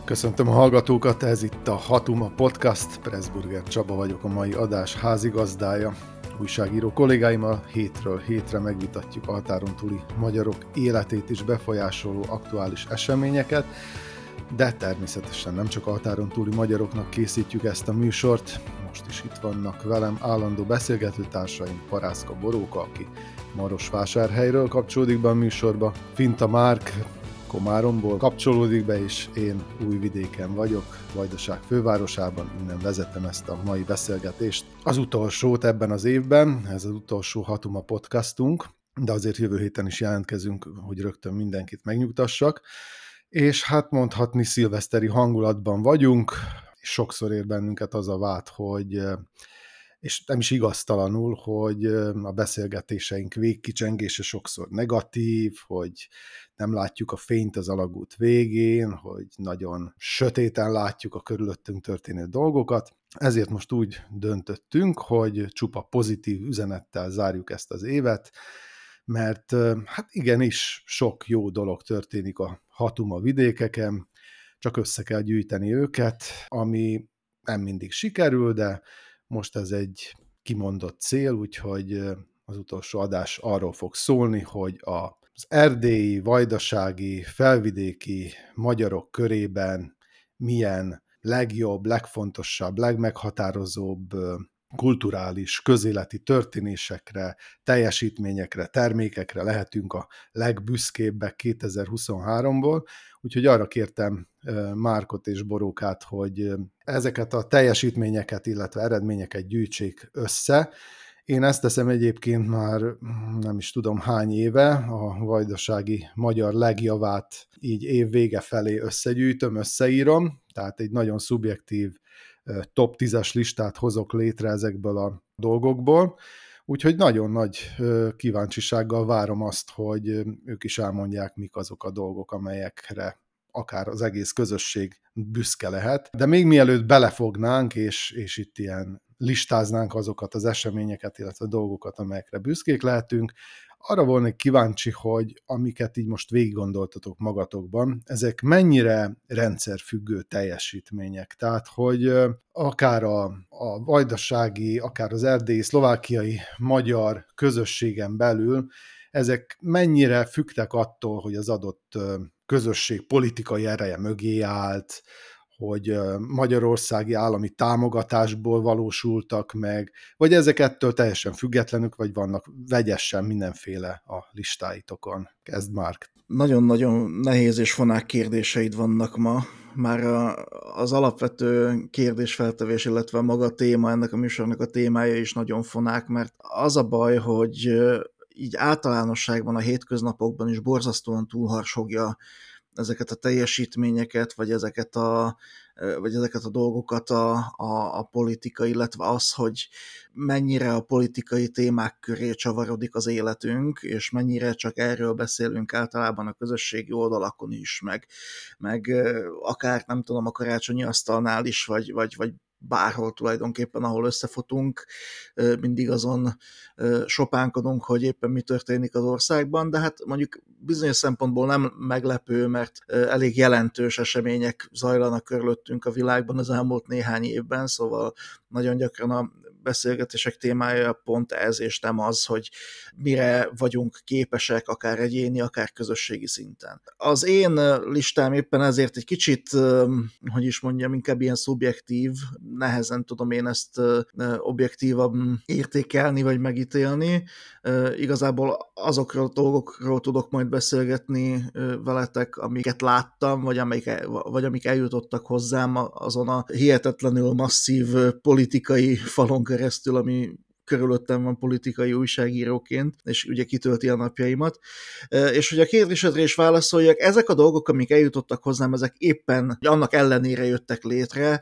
Köszöntöm a hallgatókat, ez itt a Hatuma Podcast, Pressburger Csaba vagyok, a mai adás házigazdája. Újságíró kollégáimmal hétről hétre megvitatjuk a határon túli magyarok életét is befolyásoló aktuális eseményeket, de természetesen nem csak a határon túli magyaroknak készítjük ezt a műsort. Most is itt vannak velem állandó beszélgetőtársaim, Parászka Boróka, aki Marosvásárhelyről kapcsolódik be a műsorba, Finta Márk Komáromból kapcsolódik be, és én Újvidéken vagyok, Vajdaság fővárosában, innen vezetem ezt a mai beszélgetést. Az utolsót ebben az évben, ez az utolsó Hatuma podcastunk, de azért jövő héten is jelentkezünk, hogy rögtön mindenkit megnyugtassak. És hát mondhatni szilveszteri hangulatban vagyunk, és sokszor ér bennünket az a vád, hogy, és nem is igaztalanul, hogy a beszélgetéseink végkicsengése sokszor negatív, hogy nem látjuk a fényt az alagút végén, hogy nagyon sötéten látjuk a körülöttünk történő dolgokat. Ezért most úgy döntöttünk, hogy csupa pozitív üzenettel zárjuk ezt az évet, mert hát igenis sok jó dolog történik a Hatuma vidékeken, csak össze kell gyűjteni őket, ami nem mindig sikerül, de most ez egy kimondott cél, úgyhogy az utolsó adás arról fog szólni, hogy az erdélyi, vajdasági, felvidéki magyarok körében milyen legjobb, legfontosabb, legmeghatározóbb kulturális, közéleti történésekre, teljesítményekre, termékekre lehetünk a legbüszkébbek 2023-ból, úgyhogy arra kértem Márkot és Borókát, hogy ezeket a teljesítményeket, illetve eredményeket gyűjtsék össze. Én ezt teszem egyébként már nem is tudom hány éve, a vajdasági magyar legjavát így év vége felé összegyűjtöm, összeírom, tehát egy nagyon szubjektív top 10-es listát hozok létre ezekből a dolgokból, úgyhogy nagyon nagy kíváncsisággal várom azt, hogy ők is elmondják, mik azok a dolgok, amelyekre akár az egész közösség büszke lehet. De még mielőtt belefognánk, és itt ilyen listáznánk azokat az eseményeket, illetve dolgokat, amelyekre büszkék lehetünk, arra volnék kíváncsi, hogy amiket így most végiggondoltatok magatokban, ezek mennyire rendszerfüggő teljesítmények. Tehát, hogy akár a vajdasági, akár az erdélyi, szlovákiai magyar közösségen belül ezek mennyire függtek attól, hogy az adott közösség politikai ereje mögé állt, hogy magyarországi állami támogatásból valósultak meg, vagy ezek ettől teljesen függetlenük, vagy vannak vegyesen mindenféle a listáitokon. Kezd Márk. Nagyon-nagyon nehéz és fonák kérdéseid vannak ma. Már az alapvető kérdésfeltevés, illetve maga a téma, ennek a műsornak a témája is nagyon fonák, mert az a baj, hogy így általánosságban a hétköznapokban is borzasztóan túlharsogja ezeket a teljesítményeket, vagy ezeket a dolgokat a politika, illetve az, hogy mennyire a politikai témák köré csavarodik az életünk, és mennyire csak erről beszélünk általában a közösségi oldalakon is, meg akár nem tudom, a karácsonyi asztalnál is, vagy bárhol tulajdonképpen, ahol összefutunk, mindig azon sopánkodunk, hogy éppen mi történik az országban, de hát mondjuk bizonyos szempontból nem meglepő, mert elég jelentős események zajlanak körülöttünk a világban az elmúlt néhány évben, szóval nagyon gyakran a beszélgetések témája pont ez, és nem az, hogy mire vagyunk képesek, akár egyéni, akár közösségi szinten. Az én listám éppen ezért egy kicsit, hogy is mondjam, inkább ilyen szubjektív, nehezen tudom én ezt objektívabban értékelni, vagy megítélni. Igazából azokról a dolgokról tudok majd beszélgetni veletek, amiket láttam, vagy amik eljutottak hozzám azon a hihetetlenül masszív politikai falon keresztül, ami körülöttem van politikai újságíróként, és ugye kitölti a napjaimat. És hogy a kérdésedre is válaszoljak, ezek a dolgok, amik eljutottak hozzám, ezek éppen annak ellenére jöttek létre,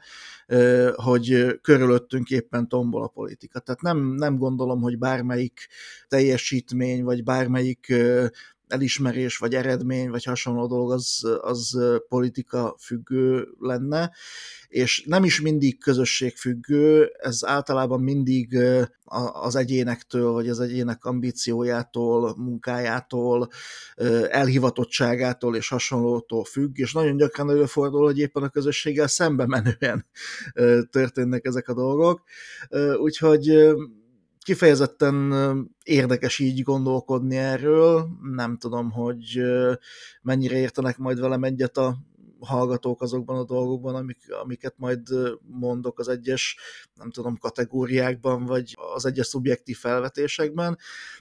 hogy körülöttünk éppen tombol a politika. Tehát nem gondolom, hogy bármelyik teljesítmény, vagy bármelyik elismerés, vagy eredmény, vagy hasonló dolog, az politika függő lenne, és nem is mindig közösségfüggő, ez általában mindig az egyénektől, vagy az egyének ambíciójától, munkájától, elhivatottságától és hasonlótól függ, és nagyon gyakran előfordul, hogy éppen a közösséggel szembe menően történnek ezek a dolgok. Úgyhogy kifejezetten érdekes így gondolkodni erről. Nem tudom, hogy mennyire értenek majd velem egyet a hallgatók azokban a dolgokban, amiket majd mondok az egyes, nem tudom, kategóriákban, vagy az egyes szubjektív felvetésekben,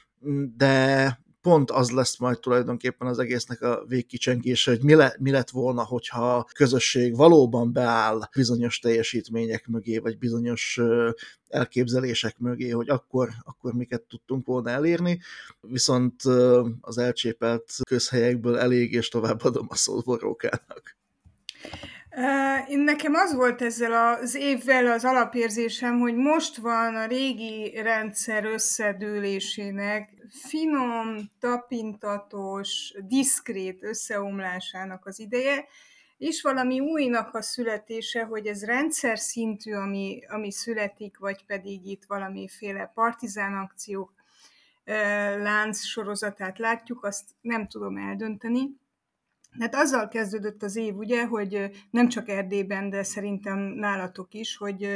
de pont az lesz majd tulajdonképpen az egésznek a végkicsengése, hogy mi lett volna, hogyha a közösség valóban beáll bizonyos teljesítmények mögé, vagy bizonyos elképzelések mögé, hogy akkor miket tudtunk volna elérni, viszont az elcsépelt közhelyekből elég, és továbbadom a szót Borókának. Nekem az volt ezzel az évvel az alapérzésem, hogy most van a régi rendszer összedőlésének, finom, tapintatos, diszkrét összeomlásának az ideje, és valami újnak a születése, hogy ez rendszer szintű, ami születik, vagy pedig itt valamiféle partizán akciók lánc sorozatát látjuk, azt nem tudom eldönteni. Hát azzal kezdődött az év, ugye, hogy nem csak Erdélyben, de szerintem nálatok is, hogy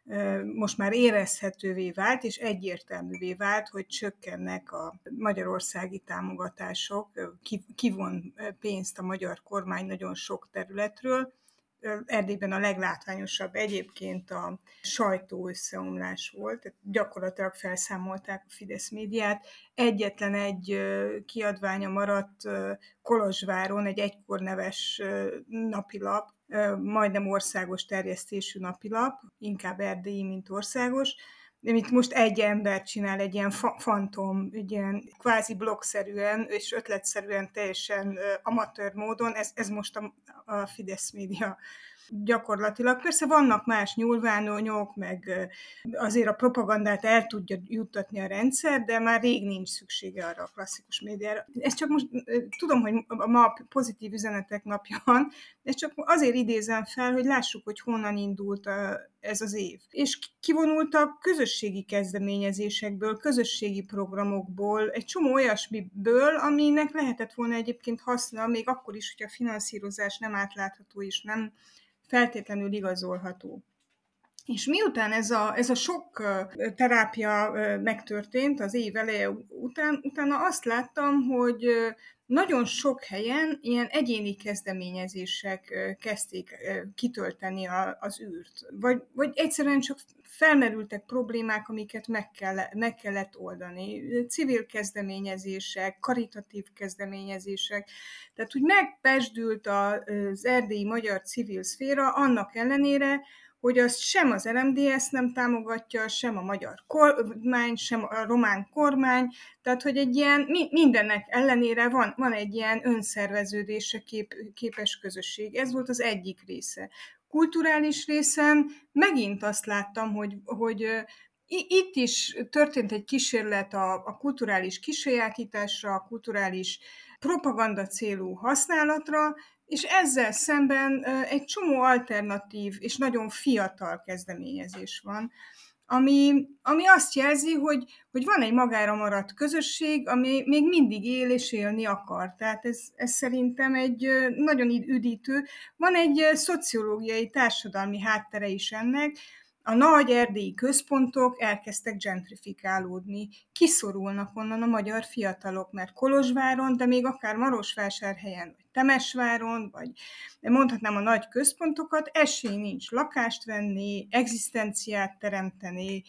most már érezhetővé vált, és egyértelművé vált, hogy csökkennek a magyarországi támogatások, kivon pénzt a magyar kormány nagyon sok területről. Erdélyben a leglátványosabb egyébként a sajtó összeomlás volt, tehát gyakorlatilag felszámolták a Fidesz médiát. Egyetlen egy kiadványa maradt Kolozsváron, egy egykor neves napilap, majdnem országos terjesztésű napilap, inkább erdélyi, mint országos, amit most egy ember csinál, egy ilyen fantom, egy ilyen kvázi blogszerűen és ötletszerűen teljesen amatőr módon, ez most a Fidesz média gyakorlatilag. Persze vannak más nyúlványok, meg azért a propagandát el tudja juttatni a rendszer, de már rég nincs szüksége arra a klasszikus médiára. Ez csak most, tudom, hogy ma pozitív üzenetek napja van, de csak azért idézem fel, hogy lássuk, hogy honnan indult ez az év. És kivonultak közösségi kezdeményezésekből, közösségi programokból, egy csomó olyasmiből, aminek lehetett volna egyébként haszna, még akkor is, hogy a finanszírozás nem átlátható és nem feltétlenül igazolható. És miután ez a sok terápia megtörtént az év eleje után, utána azt láttam, hogy nagyon sok helyen ilyen egyéni kezdeményezések kezdték kitölteni az űrt. Vagy egyszerűen csak felmerültek problémák, amiket meg kellett oldani. Civil kezdeményezések, karitatív kezdeményezések. Tehát úgy megpezsdült az erdélyi magyar civil szféra annak ellenére, hogy azt sem az RMDSZ nem támogatja, sem a magyar kormány, sem a román kormány, tehát hogy egy ilyen mindennek ellenére van egy ilyen önszerveződésre képes közösség. Ez volt az egyik része. Kulturális részen megint azt láttam, hogy itt is történt egy kísérlet a kulturális kisajátításra, a kulturális propaganda célú használatra, és ezzel szemben egy csomó alternatív és nagyon fiatal kezdeményezés van, ami azt jelzi, hogy van egy magára maradt közösség, ami még mindig él és élni akar. Tehát ez szerintem egy nagyon üdítő. Van egy szociológiai, társadalmi háttere is ennek. A nagy erdélyi központok elkezdtek gentrifikálódni. Kiszorulnak onnan a magyar fiatalok, mert Kolozsváron, de még akár Marosvásárhelyen, vagy Temesváron, vagy mondhatnám a nagy központokat, esély nincs lakást venni, egzisztenciát teremteni,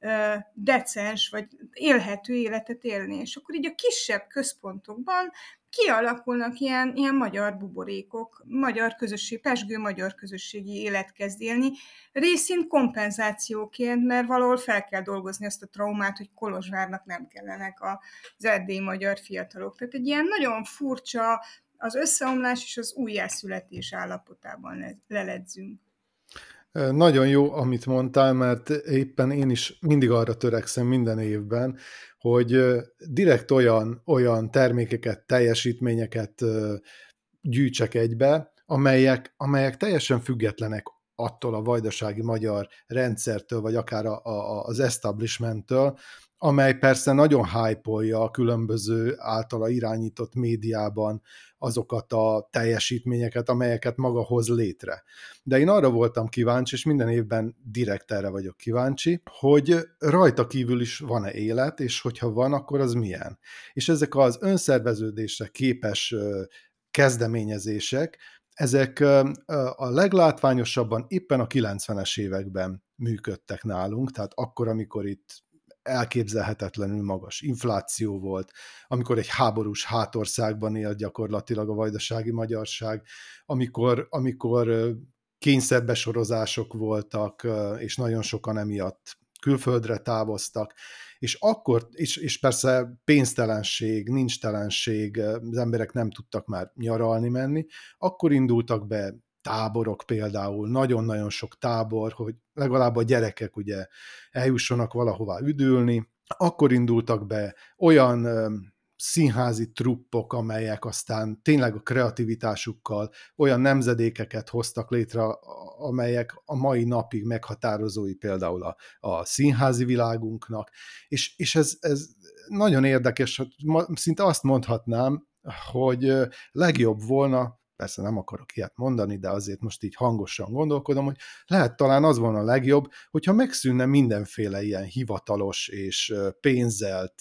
decens, vagy élhető életet élni. És akkor így a kisebb központokban kialakulnak ilyen magyar buborékok, pezsgő magyar közösségi élet kezd élni, részint kompenzációként, mert valahol fel kell dolgozni azt a traumát, hogy Kolozsvárnak nem kellenek az erdélyi magyar fiatalok. Tehát egy ilyen nagyon furcsa, az összeomlás és az újjászületés állapotában leledzünk. Nagyon jó, amit mondtál, mert éppen én is mindig arra törekszem minden évben, hogy direkt olyan termékeket, teljesítményeket gyűjtsek egybe, amelyek teljesen függetlenek attól a vajdasági magyar rendszertől, vagy akár az establishmenttől, amely persze nagyon hype-olja a különböző általa irányított médiában azokat a teljesítményeket, amelyeket maga hoz létre. De én arra voltam kíváncsi, és minden évben direkt erre vagyok kíváncsi, hogy rajta kívül is van-e élet, és hogyha van, akkor az milyen. És ezek az önszerveződésre képes kezdeményezések, ezek a leglátványosabban éppen a 90-es években működtek nálunk, tehát akkor, amikor itt elképzelhetetlenül magas infláció volt, amikor egy háborús hátországban élt gyakorlatilag a vajdasági magyarság, amikor kényszerbesorozások voltak, és nagyon sokan emiatt külföldre távoztak, és persze pénztelenség, nincstelenség, az emberek nem tudtak már nyaralni menni, akkor indultak be táborok például, nagyon-nagyon sok tábor, hogy legalább a gyerekek ugye eljussanak valahová üdülni, akkor indultak be olyan színházi truppok, amelyek aztán tényleg a kreativitásukkal olyan nemzedékeket hoztak létre, amelyek a mai napig meghatározói például a színházi világunknak, és ez nagyon érdekes, szinte azt mondhatnám, hogy legjobb volna, persze nem akarok ilyet mondani, de azért most így hangosan gondolkodom, hogy lehet talán az volna a legjobb, hogyha megszűnne mindenféle ilyen hivatalos és pénzelt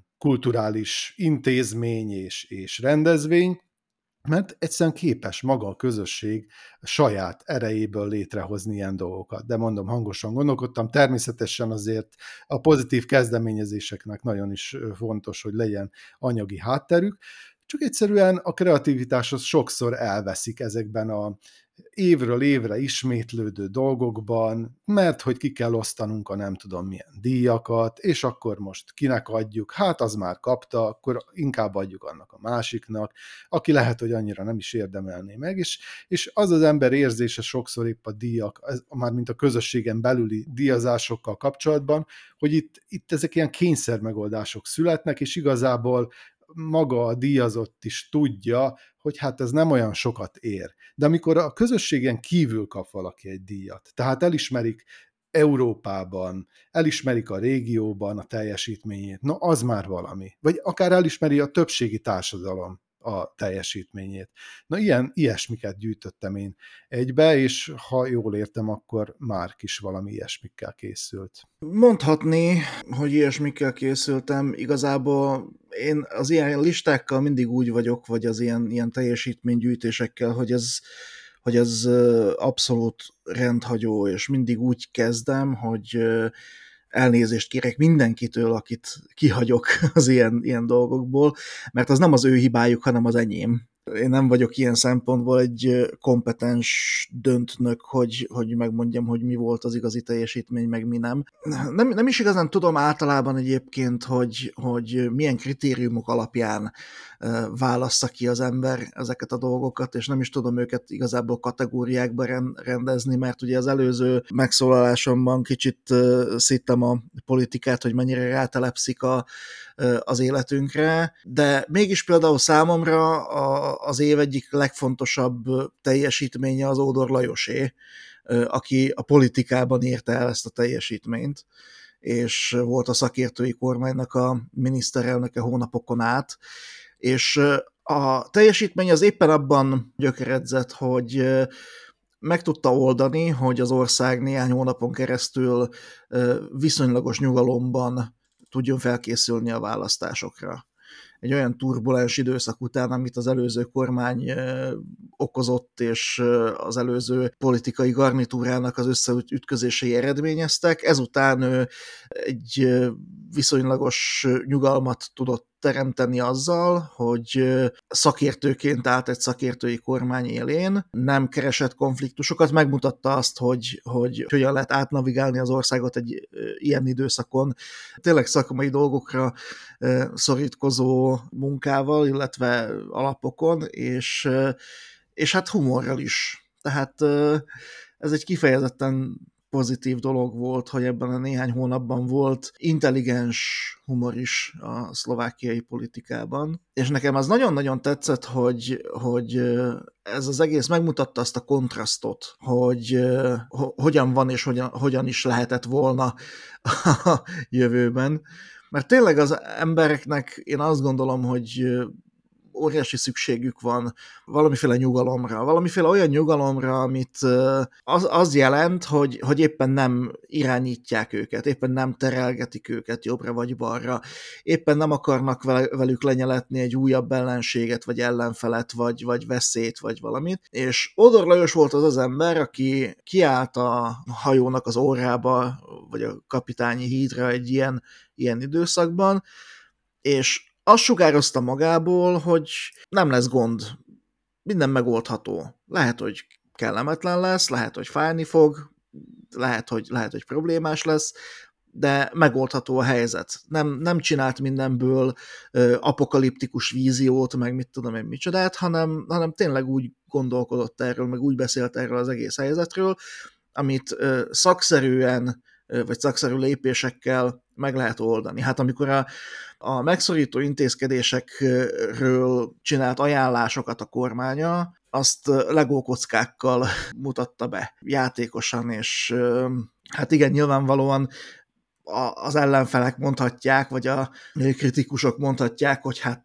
kulturális intézmény és rendezvény, mert egyszerűen képes maga a közösség saját erejéből létrehozni ilyen dolgokat. De mondom, hangosan gondolkodtam, természetesen azért a pozitív kezdeményezéseknek nagyon is fontos, hogy legyen anyagi hátterük, csak egyszerűen a kreativitás az sokszor elveszik ezekben a évről évre ismétlődő dolgokban, mert hogy ki kell osztanunk a nem tudom milyen díjakat, és akkor most kinek adjuk, hát az már kapta, akkor inkább adjuk annak a másiknak, aki lehet, hogy annyira nem is érdemelné meg, és az az ember érzése sokszor épp a díjak, mármint a közösségen belüli díjazásokkal kapcsolatban, hogy itt ezek ilyen kényszermegoldások születnek, és igazából maga a díjazott is tudja, hogy hát ez nem olyan sokat ér. De amikor a közösségen kívül kap valaki egy díjat, tehát elismerik Európában, elismerik a régióban a teljesítményét, no az már valami. Vagy akár elismeri a többségi társadalom a teljesítményét. Na ilyesmiket gyűjtöttem én egybe, és ha jól értem, akkor Márk is valami ilyesmikkel készült. Mondhatni, hogy ilyesmikkel készültem. Igazából én az ilyen listákkal mindig úgy vagyok, vagy az ilyen teljesítménygyűjtésekkel, hogy ez abszolút rendhagyó, és mindig úgy kezdem, hogy elnézést kérek mindenkitől, akit kihagyok az ilyen dolgokból, mert az nem az ő hibájuk, hanem az enyém. Én nem vagyok ilyen szempontból egy kompetens döntnök, hogy megmondjam, hogy mi volt az igazi teljesítmény, meg mi nem. Nem is igazán tudom általában egyébként, hogy milyen kritériumok alapján válassza ki az ember ezeket a dolgokat, és nem is tudom őket igazából kategóriákba rendezni, mert ugye az előző megszólalásomban kicsit szittem a politikát, hogy mennyire rátelepszik az életünkre, de mégis például számomra az év egyik legfontosabb teljesítménye az Ódor Lajosé, aki a politikában érte el ezt a teljesítményt, és volt a szakértői kormánynak a miniszterelnöke hónapokon át, és a teljesítmény az éppen abban gyökeredzett, hogy meg tudta oldani, hogy az ország néhány hónapon keresztül viszonylagos nyugalomban tudjon felkészülni a választásokra. Egy olyan turbulens időszak után, amit az előző kormány okozott, és az előző politikai garnitúrának az összeütközései eredményeztek. Ezután ő egy viszonylagos nyugalmat tudott teremteni azzal, hogy szakértőként állt egy szakértői kormány élén, nem keresett konfliktusokat, megmutatta azt, hogy hogyan lehet átnavigálni az országot egy ilyen időszakon. Tényleg szakmai dolgokra szorítkozó munkával, illetve alapokon, és hát humorral is. Tehát ez egy kifejezetten pozitív dolog volt, hogy ebben a néhány hónapban volt intelligens humor is a szlovákiai politikában. És nekem az nagyon-nagyon tetszett, hogy ez az egész megmutatta azt a kontrasztot, hogy hogyan van és hogyan is lehetett volna a jövőben. Mert tényleg az embereknek én azt gondolom, hogy óriási szükségük van valamiféle nyugalomra, valamiféle olyan nyugalomra, amit az jelent, hogy éppen nem irányítják őket, éppen nem terelgetik őket jobbra vagy balra, éppen nem akarnak velük lenyeletni egy újabb ellenséget, vagy ellenfelet, vagy veszélyt, vagy valamit. És Ódor Lajos volt az ember, aki kiállt a hajónak az órába, vagy a kapitányi hídra egy ilyen időszakban, és azt sugározta magából, hogy nem lesz gond, minden megoldható. Lehet, hogy kellemetlen lesz, lehet, hogy fájni fog, lehet, hogy problémás lesz, de megoldható a helyzet. Nem csinált mindenből apokaliptikus víziót, meg mit tudom én micsodát, hanem tényleg úgy gondolkodott erről, meg úgy beszélt erről az egész helyzetről, amit szakszerűen, vagy szakszerű lépésekkel meg lehet oldani. Hát amikor a megszorító intézkedésekről csinált ajánlásokat a kormánya, azt legókockákkal mutatta be játékosan, és hát igen, nyilvánvalóan az ellenfelek mondhatják, vagy a kritikusok mondhatják, hogy hát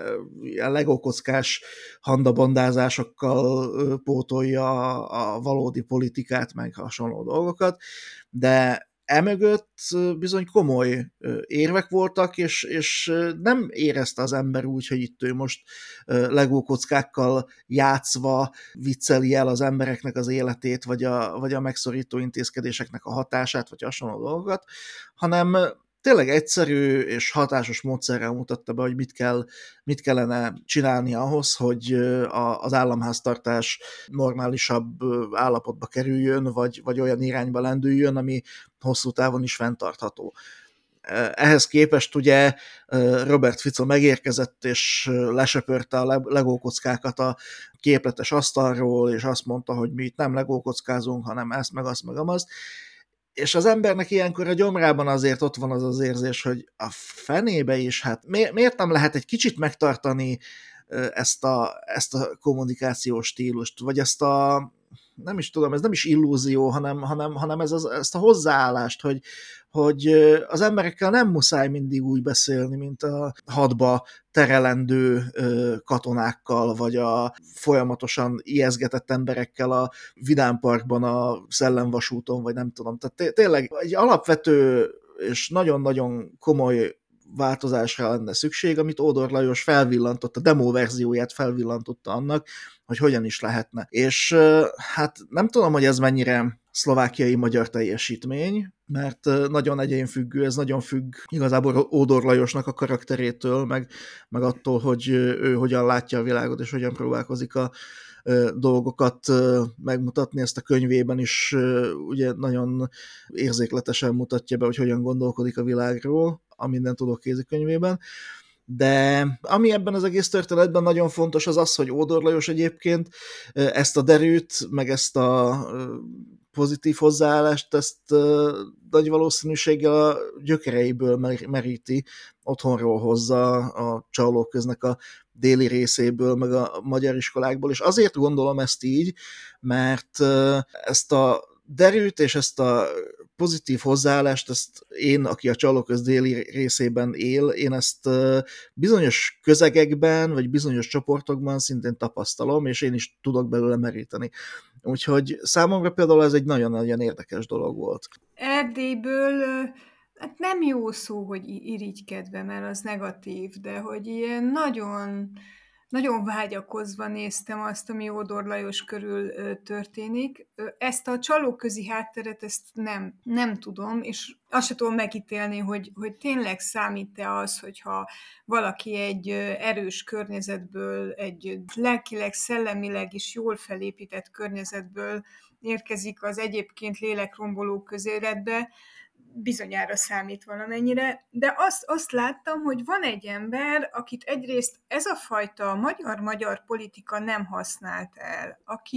a legókockás handabandázásokkal pótolja a valódi politikát, meg hasonló dolgokat, de emögött bizony komoly érvek voltak, és nem érezte az ember úgy, hogy itt ő most legókockákkal játszva vicceli el az embereknek az életét, vagy a megszorító intézkedéseknek a hatását, vagy hasonló dolgokat, hanem tényleg egyszerű és hatásos módszerrel mutatta be, hogy mit kellene csinálni ahhoz, hogy az államháztartás normálisabb állapotba kerüljön, vagy olyan irányba lendüljön, ami hosszú távon is fenntartható. Ehhez képest ugye Robert Fico megérkezett, és lesöpörte a legókockákat a képletes asztalról, és azt mondta, hogy mi itt nem legókockázunk, hanem ezt, meg azt, meg azt. És az embernek ilyenkor a gyomrában azért ott van az érzés, hogy a fenébe is, hát miért nem lehet egy kicsit megtartani ezt a kommunikációs stílust, vagy ezt a, nem is tudom, ez nem is illúzió, hanem ezt a hozzáállást, hogy az emberekkel nem muszáj mindig úgy beszélni, mint a hadba terelendő katonákkal, vagy a folyamatosan ijeszgetett emberekkel a Vidámparkban, a Szellemvasúton, vagy nem tudom. Tehát tényleg egy alapvető és nagyon-nagyon komoly változásra lenne szükség, amit Ódor Lajos felvillantott, a demo verzióját felvillantotta annak, hogy hogyan is lehetne. És hát nem tudom, hogy ez mennyire szlovákiai magyar teljesítmény, mert nagyon egyénfüggő, ez nagyon függ igazából Ódor Lajosnak a karakterétől, meg attól, hogy ő hogyan látja a világot, és hogyan próbálkozik a dolgokat megmutatni. Ezt a könyvében is ugye nagyon érzékletesen mutatja be, hogy hogyan gondolkodik a világról, a Minden tudok kézikönyvében. De ami ebben az egész történetben nagyon fontos az, hogy Ódor Lajos egyébként ezt a derűt, meg ezt a pozitív hozzáállást, ezt nagy valószínűséggel a gyökereiből meríti, otthonról hozza a Csallóköznek a déli részéből, meg a magyar iskolákból, és azért gondolom ezt így, mert ezt a derűt és ezt a pozitív hozzáállást, ezt én, aki a Csallóköz déli részében él, én ezt bizonyos közegekben, vagy bizonyos csoportokban szintén tapasztalom, és én is tudok belőle meríteni. Úgyhogy számomra például ez egy nagyon-nagyon érdekes dolog volt. Erdélyből, hát nem jó szó, hogy irigykedve, mert az negatív, de hogy ilyen nagyon vágyakozva néztem azt, ami Ódor Lajos körül történik. Ezt a csalóközi hátteret, ezt nem tudom, és azt sem tudom megítélni, hogy tényleg számít-e az, hogyha valaki egy erős környezetből, egy lelkileg, szellemileg is jól felépített környezetből érkezik az egyébként lélekromboló közéletbe, bizonyára számít valamennyire, de azt láttam, hogy van egy ember, akit egyrészt ez a fajta magyar-magyar politika nem használt el, aki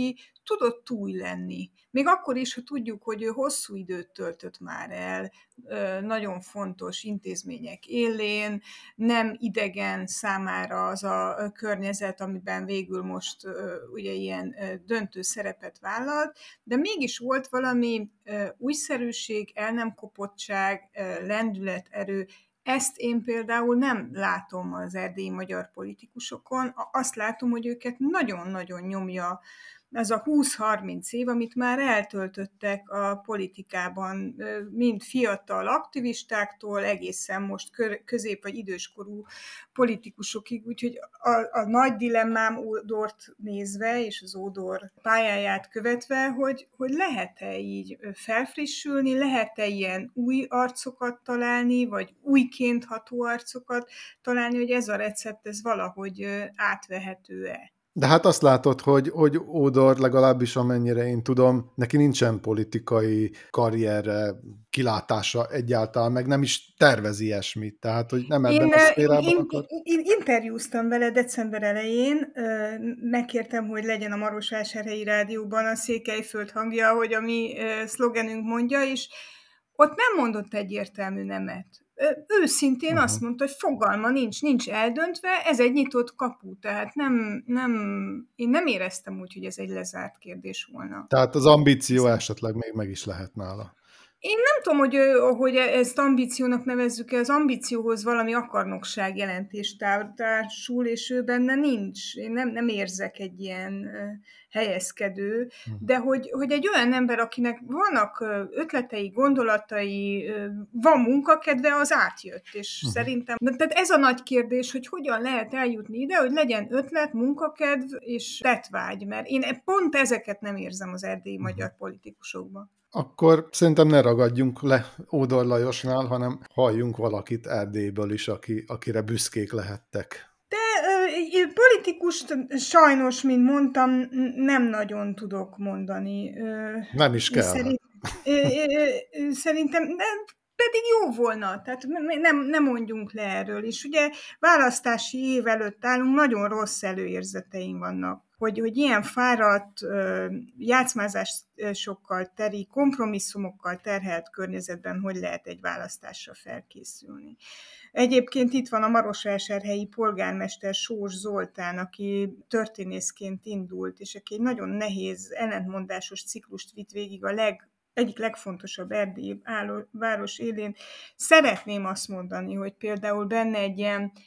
tudott új lenni. Még akkor is, ha tudjuk, hogy ő hosszú időt töltött már el nagyon fontos intézmények élén, nem idegen számára az a környezet, amiben végül most ugye ilyen döntő szerepet vállalt, de mégis volt valami újszerűség, el nem kopottság, lendület, erő. Ezt én például nem látom az erdélyi magyar politikusokon, azt látom, hogy őket nagyon-nagyon nyomja az a 20-30 év, amit már eltöltöttek a politikában, mind fiatal aktivistáktól egészen most közép- vagy időskorú politikusokig. Úgyhogy a nagy dilemmám Ódort nézve, és az Ódor pályáját követve, hogy lehet-e így felfrissülni, lehet-e ilyen új arcokat találni, vagy újként ható arcokat találni, hogy ez a recept, ez valahogy átvehető-e. De hát azt látod, hogy Ódor legalábbis amennyire én tudom, neki nincsen politikai karrierre kilátása egyáltalán, meg nem is tervezi ilyesmit, tehát hogy nem ebben a szférában akar. Én interjúztam vele december elején, megkértem, hogy legyen a Marosvásárhelyi Rádióban a Székelyföld hangja, hogy a mi szlogenünk mondja, és ott nem mondott egyértelmű nemet. Őszintén azt mondta, hogy fogalma nincs eldöntve, ez egy nyitott kapu, tehát én nem éreztem úgy, hogy ez egy lezárt kérdés volna. Tehát az ambíció esetleg még meg is lehet nála. Én nem tudom, hogy ezt ambíciónak nevezzük-e, az ambícióhoz valami akarnokság jelentés társul, és ő benne nincs. Én nem érzek egy ilyen helyezkedő, de hogy egy olyan ember, akinek vannak ötletei, gondolatai, van munkakedve, az átjött, és szerintem, tehát ez a nagy kérdés, hogy hogyan lehet eljutni ide, hogy legyen ötlet, munkakedv és tettvágy, mert én pont ezeket nem érzem az erdélyi magyar politikusokban. Akkor szerintem ne ragadjunk le Ódor Lajosnál, hanem halljunk valakit Erdélyből is, akire büszkék lehettek. De politikust sajnos, mint mondtam, nem nagyon tudok mondani. Nem is kell. Szerintem pedig jó volna, tehát nem mondjunk le erről. És ugye választási év előtt állunk, nagyon rossz előérzeteim vannak, hogy ilyen fáradt, játszmázásokkal teri, kompromisszumokkal terhelt környezetben hogy lehet egy választásra felkészülni. Egyébként itt van a Marosvásárhelyi polgármester Sós Zoltán, aki történészként indult, és aki egy nagyon nehéz, ellentmondásos ciklust vitt végig egyik legfontosabb erdélyi város élén. Szeretném azt mondani, hogy például benne egy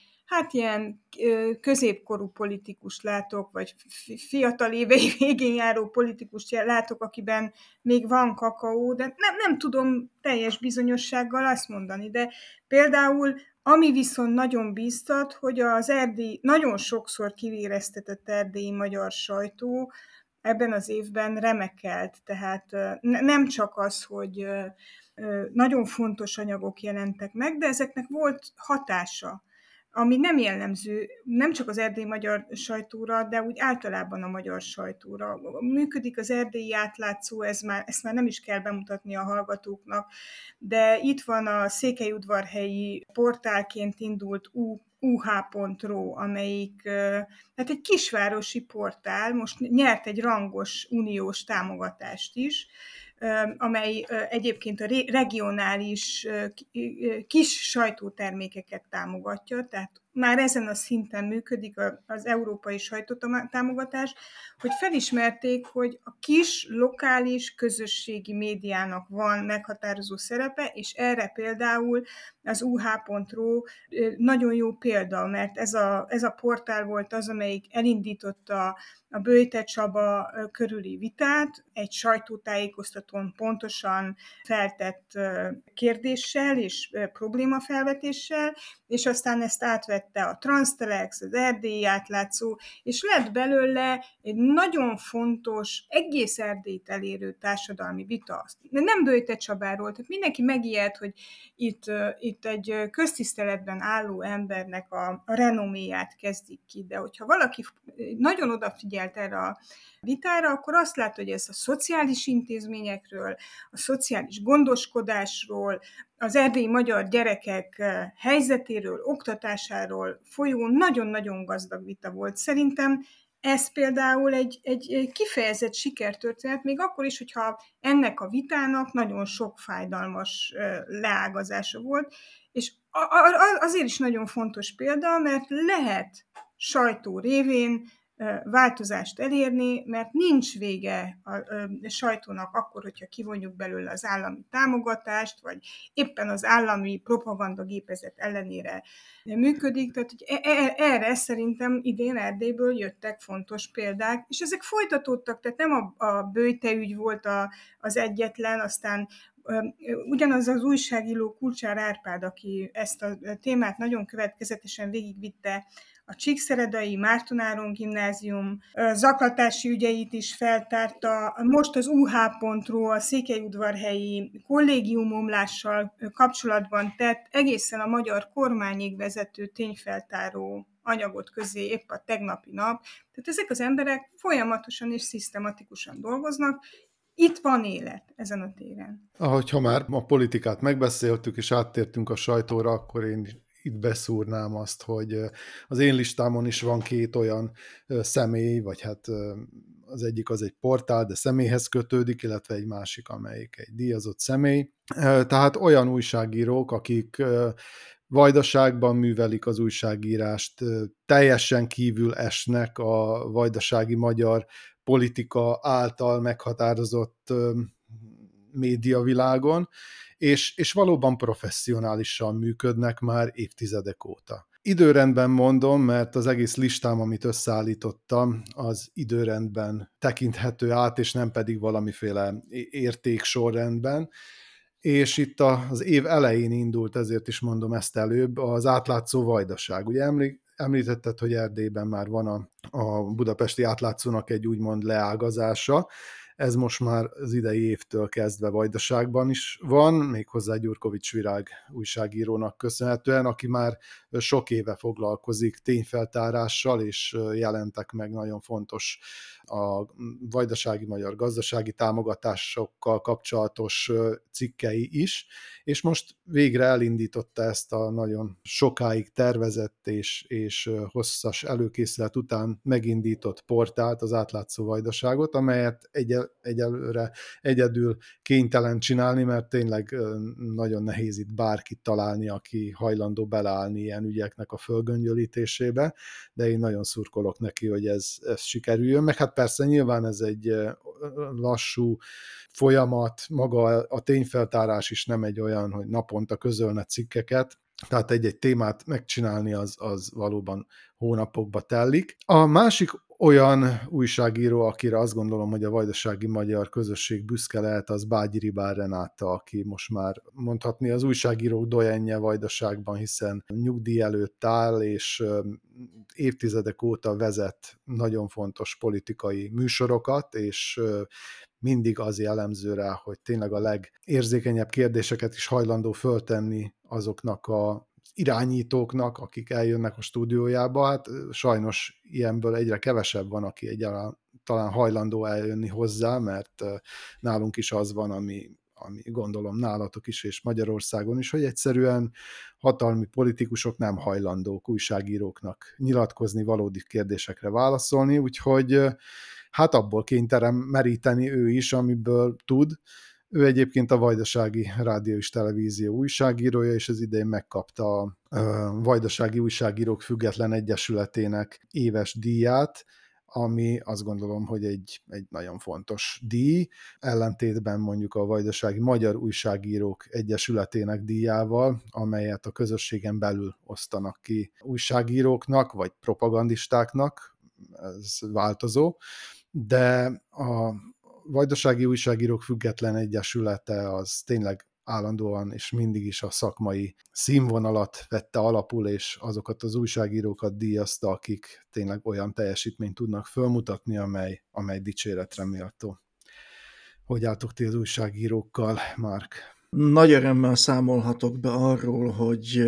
ilyen középkorú politikust látok, vagy fiatal évei végén járó politikust látok, akiben még van kakaó, de nem tudom teljes bizonyossággal azt mondani, de például ami viszont nagyon bíztat, hogy az nagyon sokszor kivéreztetett erdélyi magyar sajtó ebben az évben remekelt, tehát nem csak az, hogy nagyon fontos anyagok jelentek meg, de ezeknek volt hatása, ami nem jellemző, nem csak az erdélyi magyar sajtóra, de úgy általában a magyar sajtóra. Működik az erdélyi átlátszó, ezt már nem is kell bemutatni a hallgatóknak, de itt van a székelyudvarhelyi portálként indult UH.ro, amelyik hát egy kisvárosi portál, most nyert egy rangos uniós támogatást is, amely egyébként a regionális kis sajtótermékeket támogatja, tehát már ezen a szinten működik az európai sajtótámogatás, hogy felismerték, hogy a kis, lokális, közösségi médiának van meghatározó szerepe, és erre például az UH.ro nagyon jó példa, mert ez a portál volt az, amelyik elindította a Böjte Csaba körüli vitát, egy sajtótájékoztatón pontosan feltett kérdéssel és problémafelvetéssel, és aztán ezt átvette a Transtelex, az Erdélyi Átlátszó, és lett belőle egy nagyon fontos, egész Erdélyt elérő társadalmi vita. Nem Böjte Csabáról, tehát mindenki megijedt, hogy itt egy köztiszteletben álló embernek a renoméját kezdik ki, de hogyha valaki nagyon odafigyelt erre a vitára, akkor azt lát, hogy ez a szociális intézményekről, a szociális gondoskodásról, az erdélyi magyar gyerekek helyzetéről, oktatásáról folyó nagyon-nagyon gazdag vita volt. Szerintem Ez például egy kifejezett sikertörténet, még akkor is, hogyha ennek a vitának nagyon sok fájdalmas leágazása volt, és azért is nagyon fontos példa, mert lehet sajtó révén változást elérni, mert nincs vége a sajtónak akkor, hogyha kivonjuk belőle az állami támogatást, vagy éppen az állami propagandagépezet ellenére működik. Tehát hogy erre szerintem idén Erdélyből jöttek fontos példák, és ezek folytatódtak, tehát nem a Böjte ügy volt az egyetlen, aztán ugyanaz az újságíró Kulcsár Árpád, aki ezt a témát nagyon következetesen végigvitte, a Csíkszeredai Márton Áron gimnázium zaklatási ügyeit is feltárta, most az UH.ru a székelyudvarhelyi kollégiumomlással kapcsolatban tett egészen a magyar kormányig vezető tényfeltáró anyagot közé épp a tegnapi nap. Tehát ezek az emberek folyamatosan és szisztematikusan dolgoznak, itt van élet ezen a téren. Ahogyha már a politikát megbeszéltük, és áttértünk a sajtóra, akkor én itt beszúrnám azt, hogy az én listámon is van 2 olyan személy, vagy hát az egyik az egy portál, de személyhez kötődik, illetve egy másik, amelyik egy díjazott személy. Tehát olyan újságírók, akik Vajdaságban művelik az újságírást, teljesen kívül esnek a vajdasági magyar politika által meghatározott médiavilágon, és valóban professzionálisan működnek már évtizedek óta. Időrendben mondom, mert az egész listám, amit összeállítottam, az időrendben tekinthető át, és nem pedig valamiféle értéksorrendben. És itt az év elején indult, ezért is mondom ezt előbb, az átlátszó Vajdaság. Ugye említetted, hogy Erdélyben már van a budapesti átlátszónak egy úgymond leágazása, ez most már az idei évtől kezdve Vajdaságban is van, méghozzá Gyurkovics Virág újságírónak köszönhetően, aki már sok éve foglalkozik tényfeltárással, és jelentek meg nagyon fontos a vajdasági magyar gazdasági támogatásokkal kapcsolatos cikkei is, és most végre elindította ezt a nagyon sokáig tervezett és hosszas előkészület után megindított portált, az Átlátszó Vajdaságot, amelyet egyelőre egyedül kénytelen csinálni, mert tényleg nagyon nehéz itt bárkit találni, aki hajlandó beleállni ilyen ügyeknek a fölgöngyölítésébe, de én nagyon szurkolok neki, hogy ez sikerüljön, meg hát persze nyilván ez egy lassú folyamat, maga a tényfeltárás is nem egy olyan, hogy naponta közölne cikkeket, tehát egy-egy témát megcsinálni az valóban hónapokba telik. A másik olyan újságíró, akire azt gondolom, hogy a vajdasági magyar közösség büszke lehet, az Bágyi Ribár Renáta, aki most már mondhatni az újságírók dojenje Vajdaságban, hiszen nyugdíj előtt áll, és évtizedek óta vezet nagyon fontos politikai műsorokat, és mindig az jellemző rá, hogy tényleg a legérzékenyebb kérdéseket is hajlandó föltenni azoknak a irányítóknak, akik eljönnek a stúdiójába. Hát sajnos ilyenből egyre kevesebb van, aki egyáltalán talán hajlandó eljönni hozzá, mert nálunk is az van, ami gondolom nálatok is, és Magyarországon is, hogy egyszerűen hatalmi politikusok nem hajlandók újságíróknak nyilatkozni, valódi kérdésekre válaszolni, úgyhogy hát abból kénytelen meríteni ő is, amiből tud. Ő egyébként a Vajdasági Rádió és Televízió újságírója, és az idején megkapta a Vajdasági Újságírók Független Egyesületének éves díját, ami azt gondolom, hogy egy nagyon fontos díj, ellentétben mondjuk a Vajdasági Magyar Újságírók Egyesületének díjával, amelyet a közösségen belül osztanak ki újságíróknak, vagy propagandistáknak, ez változó, de a Vajdasági Újságírók Független Egyesülete az tényleg állandóan és mindig is a szakmai színvonalat vette alapul, és azokat az újságírókat díjazta, akik tényleg olyan teljesítményt tudnak fölmutatni, amely dicséretre méltó. Hogy álltok ti az újságírókkal, Márk? Nagy örömmel számolhatok be arról, hogy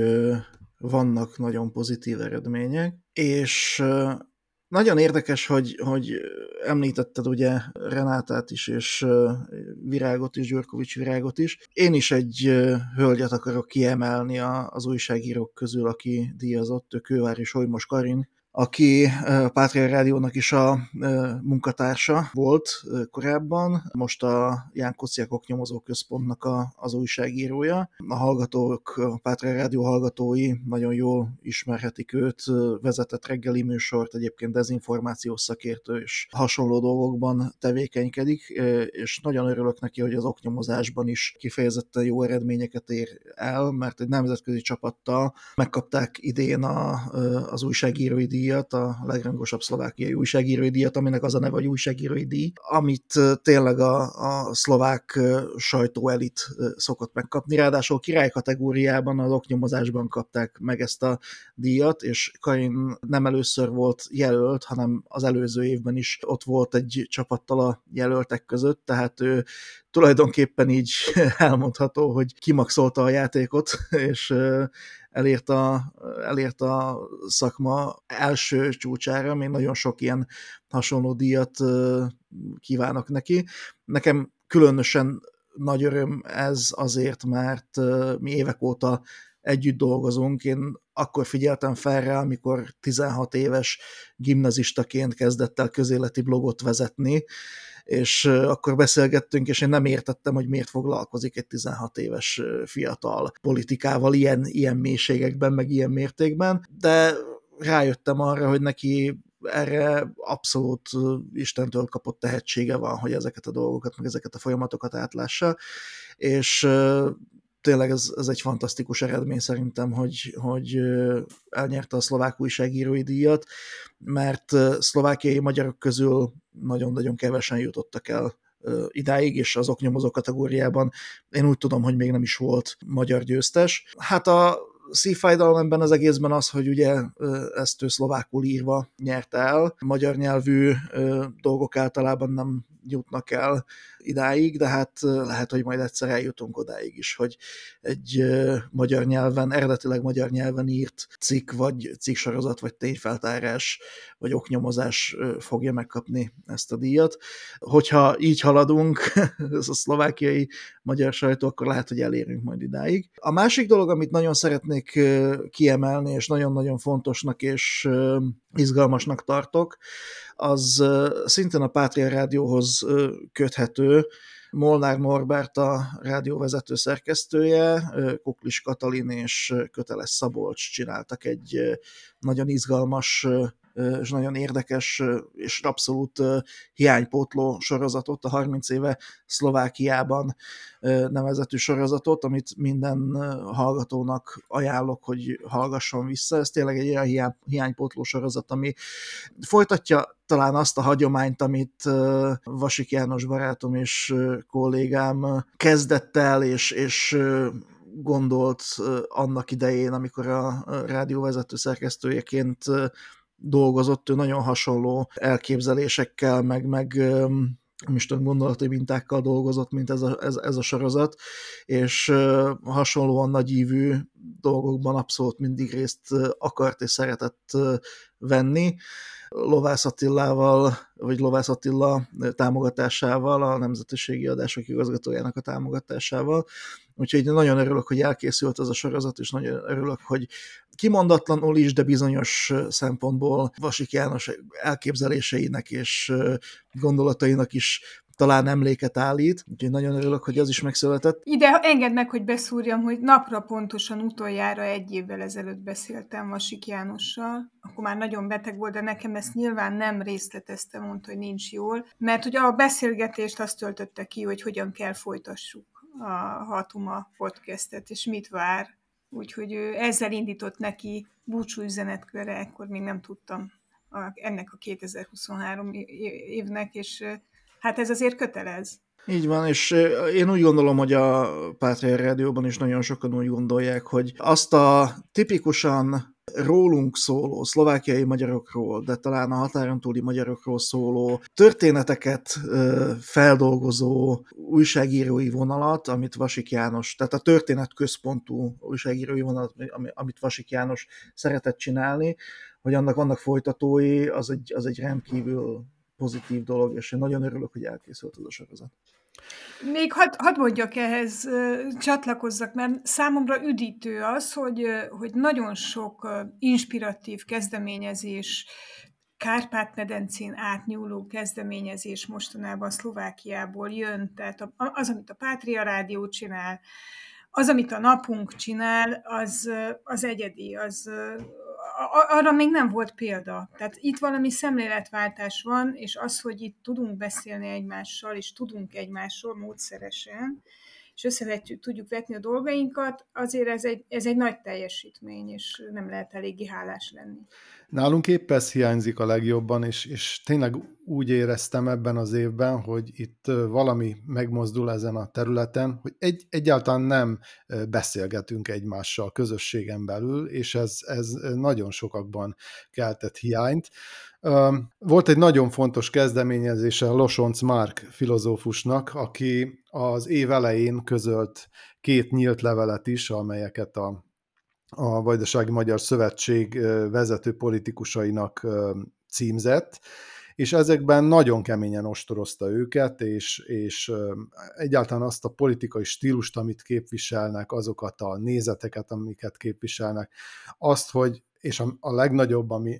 vannak nagyon pozitív eredmények, és nagyon érdekes, hogy említetted ugye Renátát is, és Virágot is, Gyurkovics Virágot is. Én is egy hölgyet akarok kiemelni az újságírók közül, aki díjazott, Kővári Solymos Karin, aki a Pátria Rádiónak is a munkatársa volt korábban, most a Ján Kuciak Oknyomozó Központnak az újságírója. A hallgatók, a Pátria Rádió hallgatói nagyon jól ismerhetik őt, vezetett reggeli műsort, egyébként dezinformációs szakértő és hasonló dolgokban tevékenykedik, és nagyon örülök neki, hogy az oknyomozásban is kifejezetten jó eredményeket ér el, mert egy nemzetközi csapattal megkapták idén az újságírói díjat, a legrangosabb szlovákiai újságírói díjat, aminek az a neve, hogy újságírói díj, amit tényleg a szlovák sajtóelit szokott megkapni. Ráadásul király kategóriában, az oknyomozásban kapták meg ezt a díjat, és Karin nem először volt jelölt, hanem az előző évben is ott volt egy csapattal a jelöltek között, tehát ő tulajdonképpen így elmondható, hogy kimaxolta a játékot, és elért a szakma első csúcsára, még nagyon sok ilyen hasonló díjat kívánok neki. Nekem különösen nagy öröm ez azért, mert mi évek óta együtt dolgozunk. Én akkor figyeltem fel rá, amikor 16 éves gimnazistaként kezdett el közéleti blogot vezetni, és akkor beszélgettünk, és én nem értettem, hogy miért foglalkozik egy 16 éves fiatal politikával ilyen mélységekben, meg ilyen mértékben, de rájöttem arra, hogy neki erre abszolút Istentől kapott tehetsége van, hogy ezeket a dolgokat, meg ezeket a folyamatokat átlássa, és tényleg ez egy fantasztikus eredmény szerintem, hogy elnyerte a szlovák újságírói díjat, mert szlovákiai magyarok közül nagyon-nagyon kevesen jutottak el idáig, és az oknyomozó kategóriában én úgy tudom, hogy még nem is volt magyar győztes. Hát a szívfájdalom ebben az egészben az, hogy ugye ezt ő szlovákul írva nyerte el. Magyar nyelvű dolgok általában nem jutnak el idáig, de hát lehet, hogy majd egyszer eljutunk odáig is, hogy egy magyar nyelven, eredetileg magyar nyelven írt cikk, vagy cikksorozat, vagy tényfeltárás, vagy oknyomozás fogja megkapni ezt a díjat. Hogyha így haladunk, ez a szlovákiai magyar sajtó, akkor lehet, hogy elérünk majd idáig. A másik dolog, amit nagyon szeretnék kiemelni, és nagyon-nagyon fontosnak és izgalmasnak tartok, az szintén a Pátria Rádióhoz köthető. Molnár Norbert a rádióvezető szerkesztője, Kuklis Katalin és Köteles Szabolcs csináltak egy nagyon izgalmas és nagyon érdekes és abszolút hiánypótló sorozatot, a 30 éve Szlovákiában nevezetű sorozatot, amit minden hallgatónak ajánlok, hogy hallgasson vissza. Ez tényleg egy olyan hiánypótló sorozat, ami folytatja talán azt a hagyományt, amit Vasik János barátom és kollégám kezdett el, és gondolt annak idején, amikor a rádióvezető szerkesztőjeként dolgozott, ő nagyon hasonló elképzelésekkel, meg gondolati mintákkal dolgozott, mint ez a sorozat, és hasonlóan nagyívű dolgokban abszolút mindig részt akart és szeretett venni. Lovász Attilával, vagy Lovász Attila támogatásával, a Nemzetiségi Adások igazgatójának a támogatásával. Úgyhogy nagyon örülök, hogy elkészült ez a sorozat, és nagyon örülök, hogy kimondatlanul is, de bizonyos szempontból Vasik János elképzeléseinek és gondolatainak is talán emléket állít, úgyhogy nagyon örülök, hogy az is megszületett. Ide engedd meg, hogy beszúrjam, hogy napra pontosan utoljára 1 évvel ezelőtt beszéltem Vasik Jánossal, akkor már nagyon beteg volt, de nekem ezt nyilván nem részletezte, mondta, hogy nincs jól, mert ugye a beszélgetést azt töltötte ki, hogy hogyan kell folytassuk a Hatuma podcastet, és mit vár. Úgyhogy ő ezzel indított neki búcsúüzenetkörre, ekkor még nem tudtam ennek a 2023 évnek, és hát ez azért kötelez. Így van, és én úgy gondolom, hogy a Pátria Rádióban is nagyon sokan úgy gondolják, hogy azt a tipikusan rólunk szóló, szlovákiai magyarokról, de talán a határon túli magyarokról szóló történeteket feldolgozó újságírói vonalat, amit Vasik János, tehát a történetközpontú újságírói vonalat, amit Vasik János szeretett csinálni, hogy annak vannak folytatói, az egy rendkívül pozitív dolog, és én nagyon örülök, hogy elkészült ez a sorozat. Még hadd mondjak ehhez, csatlakozzak, mert számomra üdítő az, hogy nagyon sok inspiratív kezdeményezés, Kárpát-medencén átnyúló kezdeményezés mostanában Szlovákiából jön. Tehát az, amit a Pátria Rádió csinál, az, amit a Napunk csinál, az egyedi, arra még nem volt példa. Tehát itt valami szemléletváltás van, és az, hogy itt tudunk beszélni egymással, és tudunk egymásról módszeresen, és tudjuk vetni a dolgainkat, azért ez egy nagy teljesítmény, és nem lehet eléggé hálás lenni. Nálunk épp ez hiányzik a legjobban, és tényleg úgy éreztem ebben az évben, hogy itt valami megmozdul ezen a területen, hogy egyáltalán nem beszélgetünk egymással közösségen belül, és ez nagyon sokakban keltett hiányt. Volt egy nagyon fontos kezdeményezése Losonc Márk filozófusnak, aki az év elején közölt 2 nyílt levelet is, amelyeket a Vajdasági Magyar Szövetség vezető politikusainak címzett, és ezekben nagyon keményen ostorozta őket, és egyáltalán azt a politikai stílust, amit képviselnek, azokat a nézeteket, amiket képviselnek, azt, hogy és a legnagyobb, ami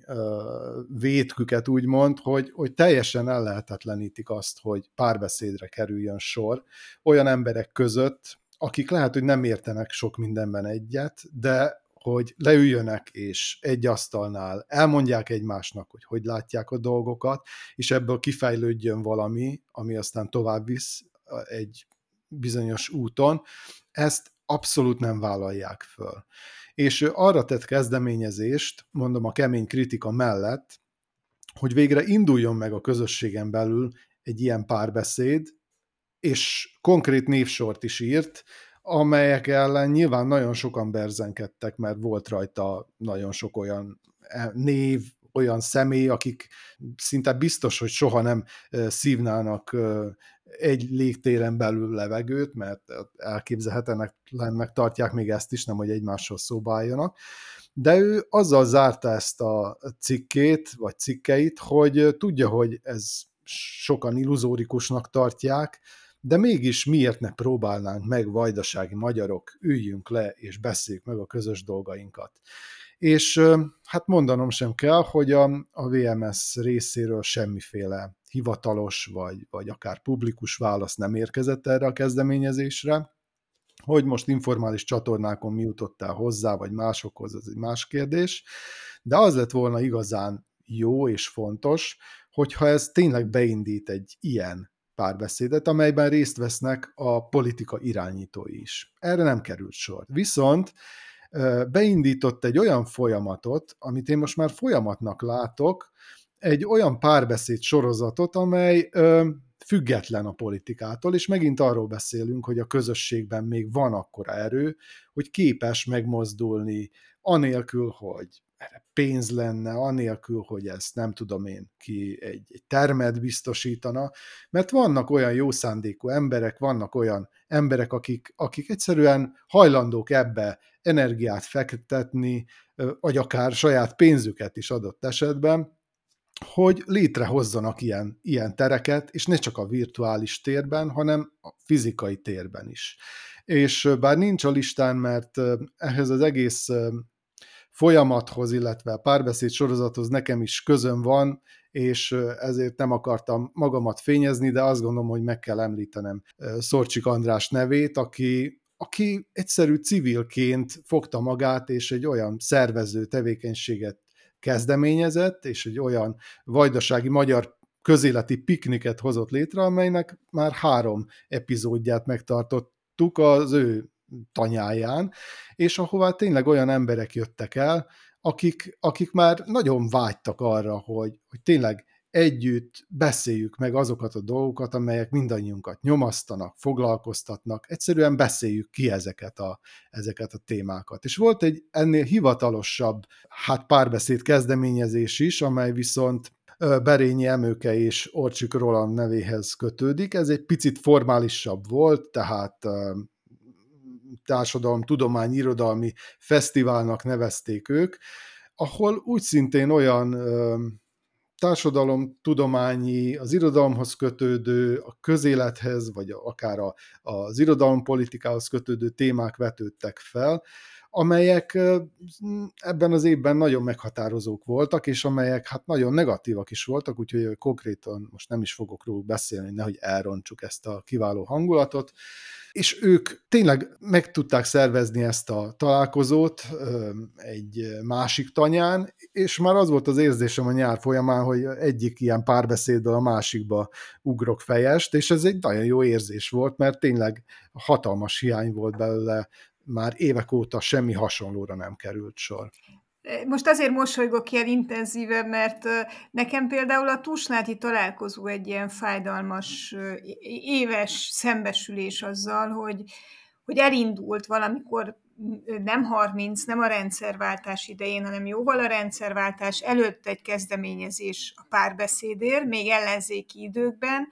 vétküket úgy mond, hogy teljesen ellehetetlenítik azt, hogy párbeszédre kerüljön sor olyan emberek között, akik lehet, hogy nem értenek sok mindenben egyet, de hogy leüljönek és egy asztalnál elmondják egymásnak, hogy látják a dolgokat, és ebből kifejlődjön valami, ami aztán tovább visz egy bizonyos úton, ezt abszolút nem vállalják föl. És ő arra tett kezdeményezést, mondom a kemény kritika mellett, hogy végre induljon meg a közösségen belül egy ilyen párbeszéd, és konkrét névsort is írt, amelyek ellen nyilván nagyon sokan berzenkedtek, mert volt rajta nagyon sok olyan név, olyan személy, akik szinte biztos, hogy soha nem szívnának egy légtéren belül levegőt, mert elképzelhetetlennek tartják még ezt is, nem hogy egymással szóba álljanak. De ő azzal zárta ezt a cikkét, vagy cikkeit, hogy tudja, hogy ez sokan illuzórikusnak tartják, de mégis miért ne próbálnánk meg, vajdasági magyarok, üljünk le és beszéljük meg a közös dolgainkat. És hát mondanom sem kell, hogy a VMS részéről semmiféle hivatalos vagy akár publikus válasz nem érkezett erre a kezdeményezésre. Hogy most informális csatornákon mi jutott el hozzá, vagy másokhoz, ez egy más kérdés, de az lett volna igazán jó és fontos, hogyha ez tényleg beindít egy ilyen párbeszédet, amelyben részt vesznek a politika irányítói is. Erre nem került sor. Viszont beindított egy olyan folyamatot, amit én most már folyamatnak látok, egy olyan párbeszéd sorozatot, amely független a politikától, és megint arról beszélünk, hogy a közösségben még van akkora erő, hogy képes megmozdulni, anélkül, hogy erre pénz lenne, anélkül, hogy ezt nem tudom én ki egy termet biztosítana, mert vannak olyan jó szándékú emberek, vannak olyan emberek, akik egyszerűen hajlandók ebbe energiát fektetni, vagy akár saját pénzüket is adott esetben, hogy létrehozzanak ilyen tereket, és ne csak a virtuális térben, hanem a fizikai térben is. És bár nincs a listán, mert ehhez az egész folyamathoz, illetve a párbeszéd sorozathoz nekem is közöm van, és ezért nem akartam magamat fényezni, de azt gondolom, hogy meg kell említenem Szorcsik András nevét, aki egyszerű civilként fogta magát, és egy olyan szervező tevékenységet kezdeményezett, és egy olyan vajdasági magyar közéleti pikniket hozott létre, amelynek már 3 epizódját megtartottuk az ő tanyáján, és ahová tényleg olyan emberek jöttek el, akik már nagyon vágytak arra, hogy tényleg együtt beszéljük meg azokat a dolgokat, amelyek mindannyiunkat nyomasztanak, foglalkoztatnak, egyszerűen beszéljük ki ezeket a témákat. És volt egy ennél hivatalosabb párbeszéd kezdeményezés is, amely viszont Berényi Emőke és Orcsik Roland nevéhez kötődik. Ez egy picit formálisabb volt, tehát társadalom-tudomány irodalmi fesztiválnak nevezték ők, ahol úgy szintén olyan társadalomtudományi, az irodalomhoz kötődő, a közélethez, vagy akár az irodalompolitikához kötődő témák vetődtek fel, amelyek ebben az évben nagyon meghatározók voltak, és amelyek hát nagyon negatívak is voltak, úgyhogy konkrétan most nem is fogok róluk beszélni, nehogy elrontsuk ezt a kiváló hangulatot. És ők tényleg meg tudták szervezni ezt a találkozót egy másik tanyán, és már az volt az érzésem a nyár folyamán, hogy egyik ilyen párbeszédből a másikba ugrok fejest, és ez egy nagyon jó érzés volt, mert tényleg hatalmas hiány volt belőle, már évek óta semmi hasonlóra nem került sor. Most azért mosolygok ilyen intenzíven, mert nekem például a Tusnádi találkozó egy ilyen fájdalmas, éves szembesülés azzal, hogy elindult valamikor nem 30, nem a rendszerváltás idején, hanem jóval a rendszerváltás előtt egy kezdeményezés a párbeszédért, még ellenzéki időkben,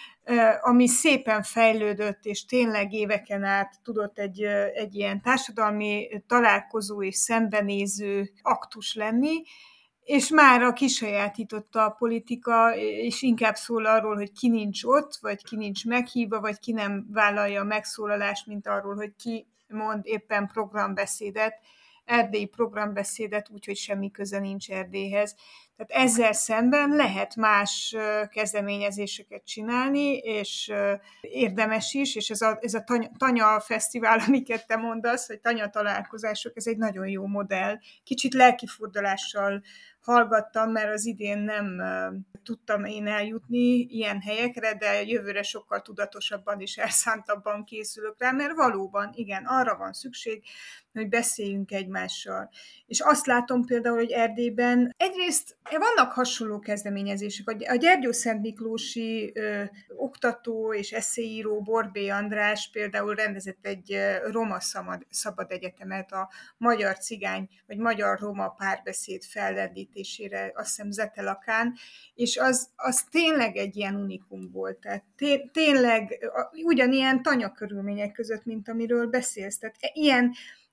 ami szépen fejlődött, és tényleg éveken át tudott egy ilyen társadalmi találkozó és szembenéző aktus lenni, és mára kisajátította a politika, és inkább szól arról, hogy ki nincs ott, vagy ki nincs meghívva, vagy ki nem vállalja a megszólalást, mint arról, hogy ki mond éppen programbeszédet, erdélyi programbeszédet, úgyhogy semmi köze nincs Erdélyhez. Tehát ezzel szemben lehet más kezdeményezéseket csinálni, és érdemes is, és ez a Tanya Fesztivál, amiket te mondasz, vagy Tanya találkozások, ez egy nagyon jó modell. Kicsit lelkifordulással hallgattam, mert az idén nem tudtam én eljutni ilyen helyekre, de jövőre sokkal tudatosabban és elszántabban készülök rá, mert valóban, igen, arra van szükség, hogy beszéljünk egymással. És azt látom például, hogy Erdélyben egyrészt vannak hasonló kezdeményezések. A Gyergyószent Miklósi oktató és esszéíró Borbély András például rendezett egy roma szabad egyetemet a magyar cigány vagy magyar-roma párbeszéd fellendítésére, azt hiszem Zetelakán, és az tényleg egy ilyen unikum volt. Tehát tényleg ugyanilyen tanyakörülmények között, mint amiről beszélsz. Tehát ilyen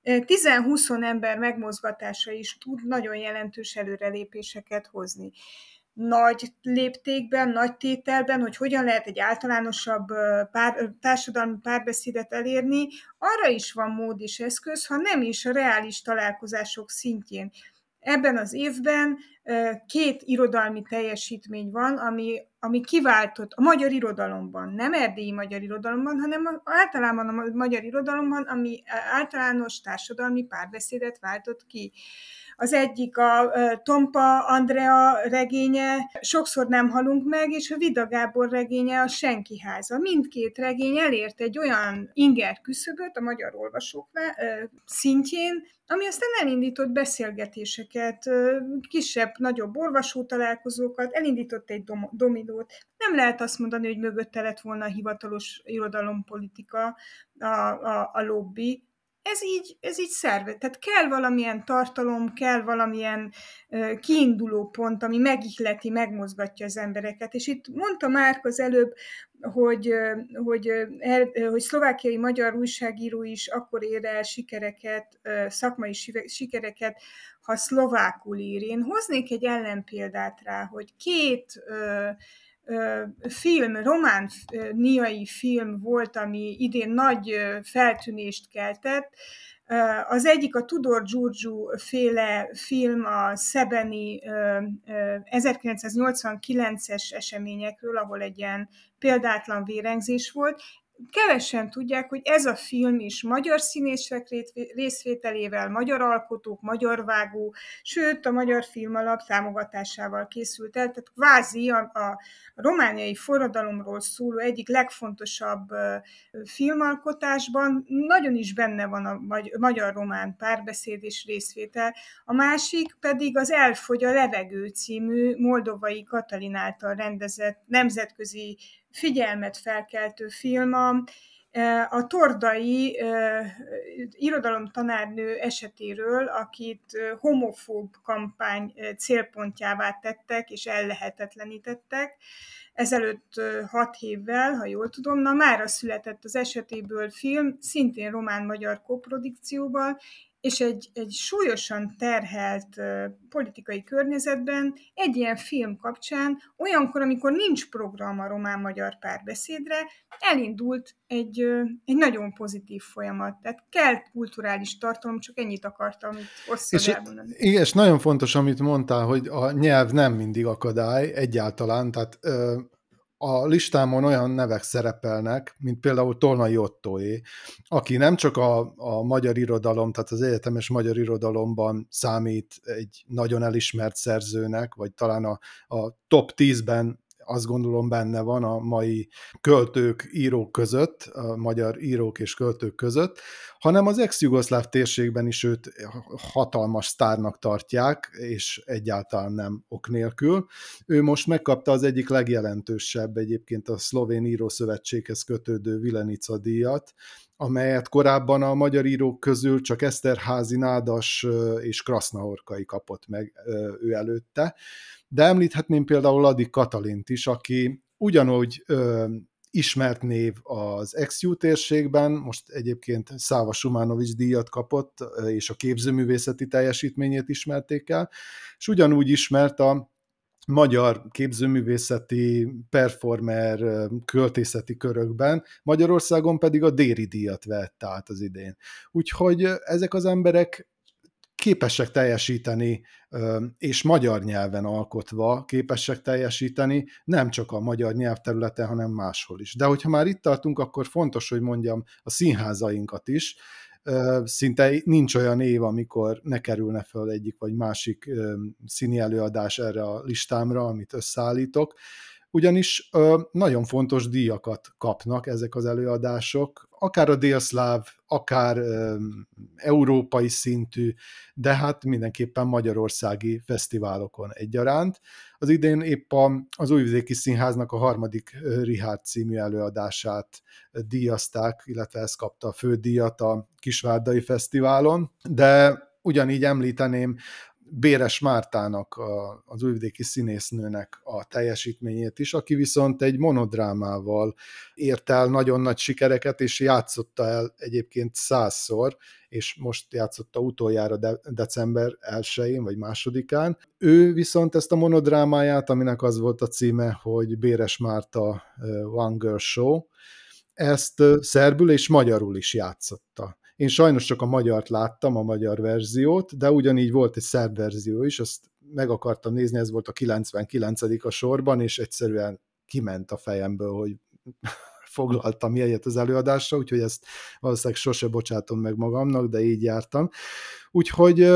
10-20 ember megmozgatása is tud nagyon jelentős előrelépéseket hozni. Nagy léptékben, nagy tételben, hogy hogyan lehet egy általánosabb társadalmi párbeszédet elérni, arra is van mód és eszköz, ha nem is a reális találkozások szintjén. Ebben az évben 2 irodalmi teljesítmény van, ami kiváltott a magyar irodalomban, nem erdélyi magyar irodalomban, hanem általában a magyar irodalomban, ami általános társadalmi párbeszédet váltott ki. Az egyik a Tompa Andrea regénye, Sokszor nem halunk meg, és a Vida Gábor regénye, a Senki háza. Mindkét regény elért egy olyan inger küszöböt a magyar olvasók szintjén, ami aztán elindított beszélgetéseket, kisebb-nagyobb olvasótalálkozókat, elindított egy dominót. Nem lehet azt mondani, hogy mögötte lett volna a hivatalos irodalompolitika, a lobby. Ez így szerve. Tehát kell valamilyen tartalom, kell valamilyen kiinduló pont, ami megihleti, megmozgatja az embereket. És itt mondta Márk az előbb, hogy szlovákiai magyar újságíró is akkor ér el sikereket, szakmai sikereket, ha szlovákul ír. Én hoznék egy ellenpéldát rá, hogy 2 film, romániai film volt, ami idén nagy feltűnést keltett. Az egyik a Tudor Giurgiu féle film a szebeni 1989-es eseményekről, ahol egy ilyen példátlan vérengzés volt. Kevesen tudják, hogy ez a film is magyar színészek részvételével, magyar alkotók, magyar vágó, sőt a Magyar Filmalap támogatásával készült el, tehát kvázi a romániai forradalomról szóló egyik legfontosabb filmalkotásban nagyon is benne van a magyar-román párbeszéd és részvétel. A másik pedig az Elfogy a levegő című Moldovai Katalin által rendezett nemzetközi figyelmet felkeltő film, a tordai irodalomtanárnő esetéről, akit homofób kampány célpontjává tettek és ellehetetlenítettek. Ezelőtt 6 évvel, ha jól tudom, mára született az esetéből film, szintén román-magyar koprodukcióval, és egy súlyosan terhelt politikai környezetben egy ilyen film kapcsán, olyankor, amikor nincs program a román-magyar párbeszédre, elindult egy nagyon pozitív folyamat. Tehát kell kulturális tartalom, csak ennyit akartam itt hosszan elmondani. Igen, és nagyon fontos, amit mondtál, hogy a nyelv nem mindig akadály egyáltalán, tehát a listámon olyan nevek szerepelnek, mint például Tolnai Ottóé, aki nem csak a magyar irodalom, tehát az egyetemes magyar irodalomban számít egy nagyon elismert szerzőnek, vagy talán a top 10-ben azt gondolom benne van a mai költők, írók között, a magyar írók és költők között, hanem az ex-jugoszláv térségben is őt hatalmas sztárnak tartják, és egyáltalán nem ok nélkül. Ő most megkapta az egyik legjelentősebb, egyébként a Szlovén Írószövetséghez kötődő Vilenica díjat, amelyet korábban a magyar írók közül csak Eszterházy, Nádas és Krasznahorkai kapott meg ő előtte. De említhetném például Ady Katalint is, aki ugyanúgy ismert név az ex-Ju térségben, most egyébként Száva Šumanović díjat kapott, és a képzőművészeti teljesítményét ismerték el, és ugyanúgy ismert a magyar képzőművészeti, performer, költészeti körökben, Magyarországon pedig a Déri díjat vette át az idén. Úgyhogy ezek az emberek képesek teljesíteni, és magyar nyelven alkotva képesek teljesíteni, nem csak a magyar nyelvterületen, hanem máshol is. De hogyha már itt tartunk, akkor fontos, hogy mondjam a színházainkat is. Szinte nincs olyan év, amikor ne kerülne föl egyik vagy másik színi előadás erre a listámra, amit összeállítok. Ugyanis nagyon fontos díjakat kapnak ezek az előadások, akár a délszláv, akár európai szintű, de hát mindenképpen magyarországi fesztiválokon egyaránt. Az idén épp az Újvidéki Színháznak a 3. Richárd című előadását díjazták, illetve ez kapta a fődíjat a Kisvárdai Fesztiválon, de ugyanígy említeném Béres Mártának, az újvidéki színésznőnek a teljesítményét is, aki viszont egy monodrámával ért el nagyon nagy sikereket, és játszotta el egyébként 100-szor, és most játszotta utoljára december 1-én vagy 2-án. Ő viszont ezt a monodrámáját, aminek az volt a címe, hogy Béres Márta One Girl Show, ezt szerbül és magyarul is játszotta. Én sajnos csak a magyart láttam, a magyar verziót, de ugyanígy volt egy szerb verzió is, azt meg akartam nézni, ez volt a 99. a sorban, és egyszerűen kiment a fejemből, hogy foglaltam jegyet az előadásra, úgyhogy ezt valószínűleg sose bocsátom meg magamnak, de így jártam. Úgyhogy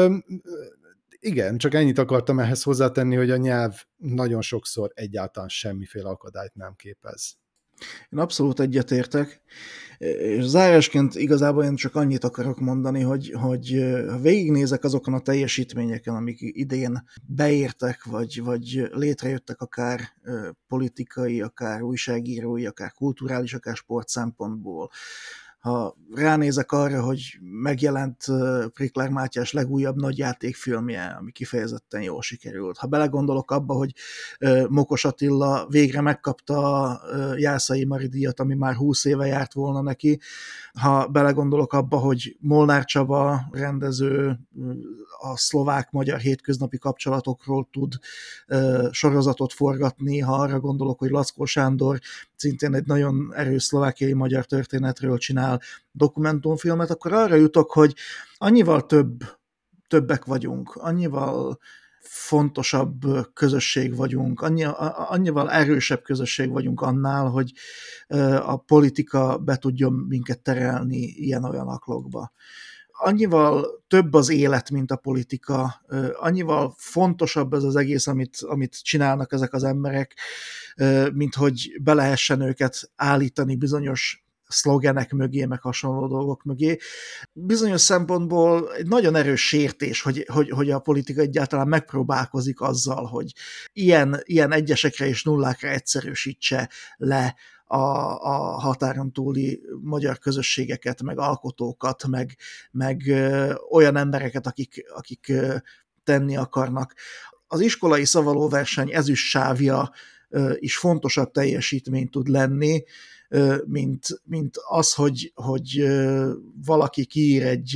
igen, csak ennyit akartam ehhez hozzátenni, hogy a nyelv nagyon sokszor egyáltalán semmiféle akadályt nem képez. Én abszolút egyetértek, és zárásként igazából én csak annyit akarok mondani, hogy ha végignézek azokon a teljesítményeken, amik idén beértek, vagy létrejöttek akár politikai, akár újságírói, akár kulturális, akár sport szempontból, ha ránézek arra, hogy megjelent Priklár Mátyás legújabb nagyjátékfilmje, ami kifejezetten jól sikerült. Ha belegondolok abba, hogy Mokos Attila végre megkapta a Jászai Mari díjat, ami már 20 éve járt volna neki, ha belegondolok abba, hogy Molnár Csaba rendező a szlovák-magyar hétköznapi kapcsolatokról tud sorozatot forgatni, ha arra gondolok, hogy Lackó Sándor szintén egy nagyon erős szlovákiai magyar történetről csinál dokumentumfilmet, akkor arra jutok, hogy annyival többek vagyunk, annyival fontosabb közösség vagyunk, annyival erősebb közösség vagyunk annál, hogy a politika be tudjon minket terelni ilyen-olyan aklokba. Annyival több az élet, mint a politika, annyival fontosabb ez az egész, amit csinálnak ezek az emberek, mint hogy be lehessen őket állítani bizonyos szlogenek mögé, meg hasonló dolgok mögé. Bizonyos szempontból egy nagyon erős sértés, hogy a politika egyáltalán megpróbálkozik azzal, hogy ilyen egyesekre és nullákra egyszerűsítse le a határon túli magyar közösségeket, meg alkotókat, meg olyan embereket, akik tenni akarnak. Az iskolai szavalóverseny ezüst sávja is fontosabb teljesítmény tud lenni, mint az, hogy valaki kiír egy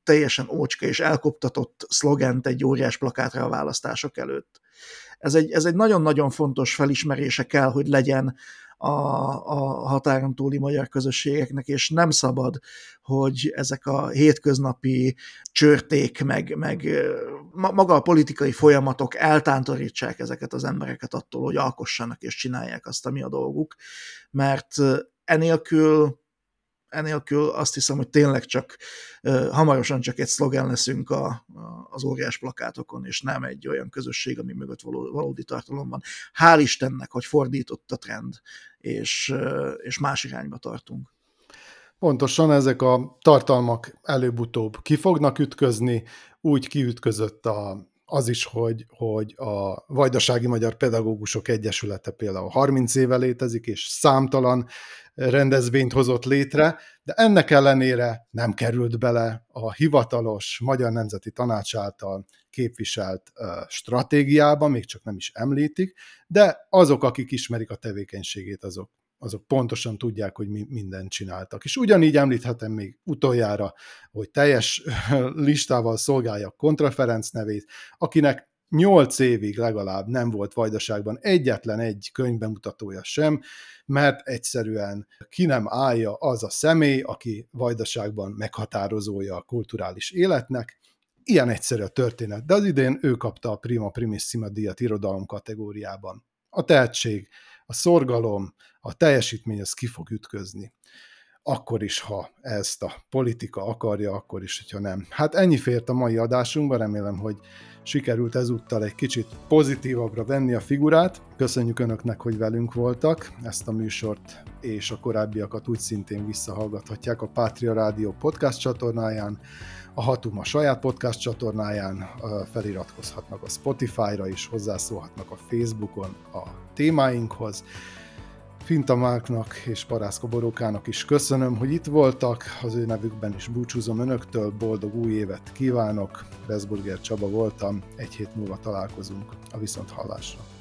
teljesen ócska és elkoptatott szlogent egy óriás plakátra a választások előtt. Ez egy nagyon-nagyon fontos felismerése kell, hogy legyen a határon túli magyar közösségeknek, és nem szabad, hogy ezek a hétköznapi csörték, meg maga a politikai folyamatok eltántorítsák ezeket az embereket attól, hogy alkossanak és csinálják azt, ami a dolguk, mert enélkül azt hiszem, hogy tényleg hamarosan csak egy szlogen leszünk az óriás plakátokon, és nem egy olyan közösség, ami mögött valódi tartalom van. Hál' Istennek, hogy fordított a trend, és más irányba tartunk. Pontosan ezek a tartalmak előbb-utóbb ki fognak ütközni, úgy kiütközött az is, hogy a Vajdasági Magyar Pedagógusok Egyesülete például 30 éve létezik, és számtalan rendezvényt hozott létre, de ennek ellenére nem került bele a hivatalos Magyar Nemzeti Tanács által képviselt stratégiába, még csak nem is említik, de azok, akik ismerik a tevékenységét, azok pontosan tudják, hogy mi mindent csináltak. És ugyanígy említhetem még utoljára, hogy teljes listával szolgálja Kontra Ferenc nevét, akinek 8 évig legalább nem volt Vajdaságban egyetlen egy könyvbemutatója sem, mert egyszerűen ki nem állja az a személy, aki Vajdaságban meghatározója a kulturális életnek. Ilyen egyszerű a történet, de az idén ő kapta a Prima Primissima díjat irodalom kategóriában. A tehetség, a szorgalom, a teljesítmény az ki fog ütközni. Akkor is, ha ezt a politika akarja, akkor is, hogyha nem. Hát ennyi fért a mai adásunkban, remélem, hogy sikerült ezúttal egy kicsit pozitívabbra venni a figurát. Köszönjük Önöknek, hogy velünk voltak. Ezt a műsort és a korábbiakat úgy szintén visszahallgathatják a Pátria Rádió podcast csatornáján, a Hatum a saját podcast csatornáján, feliratkozhatnak a Spotify-ra is, hozzászólhatnak a Facebookon a témáinkhoz. Finta Márknak és Parászka Borókának is köszönöm, hogy itt voltak, az ő nevükben is búcsúzom Önöktől, boldog új évet kívánok, Pressburger Csaba voltam, egy hét múlva találkozunk, a viszonthallásra.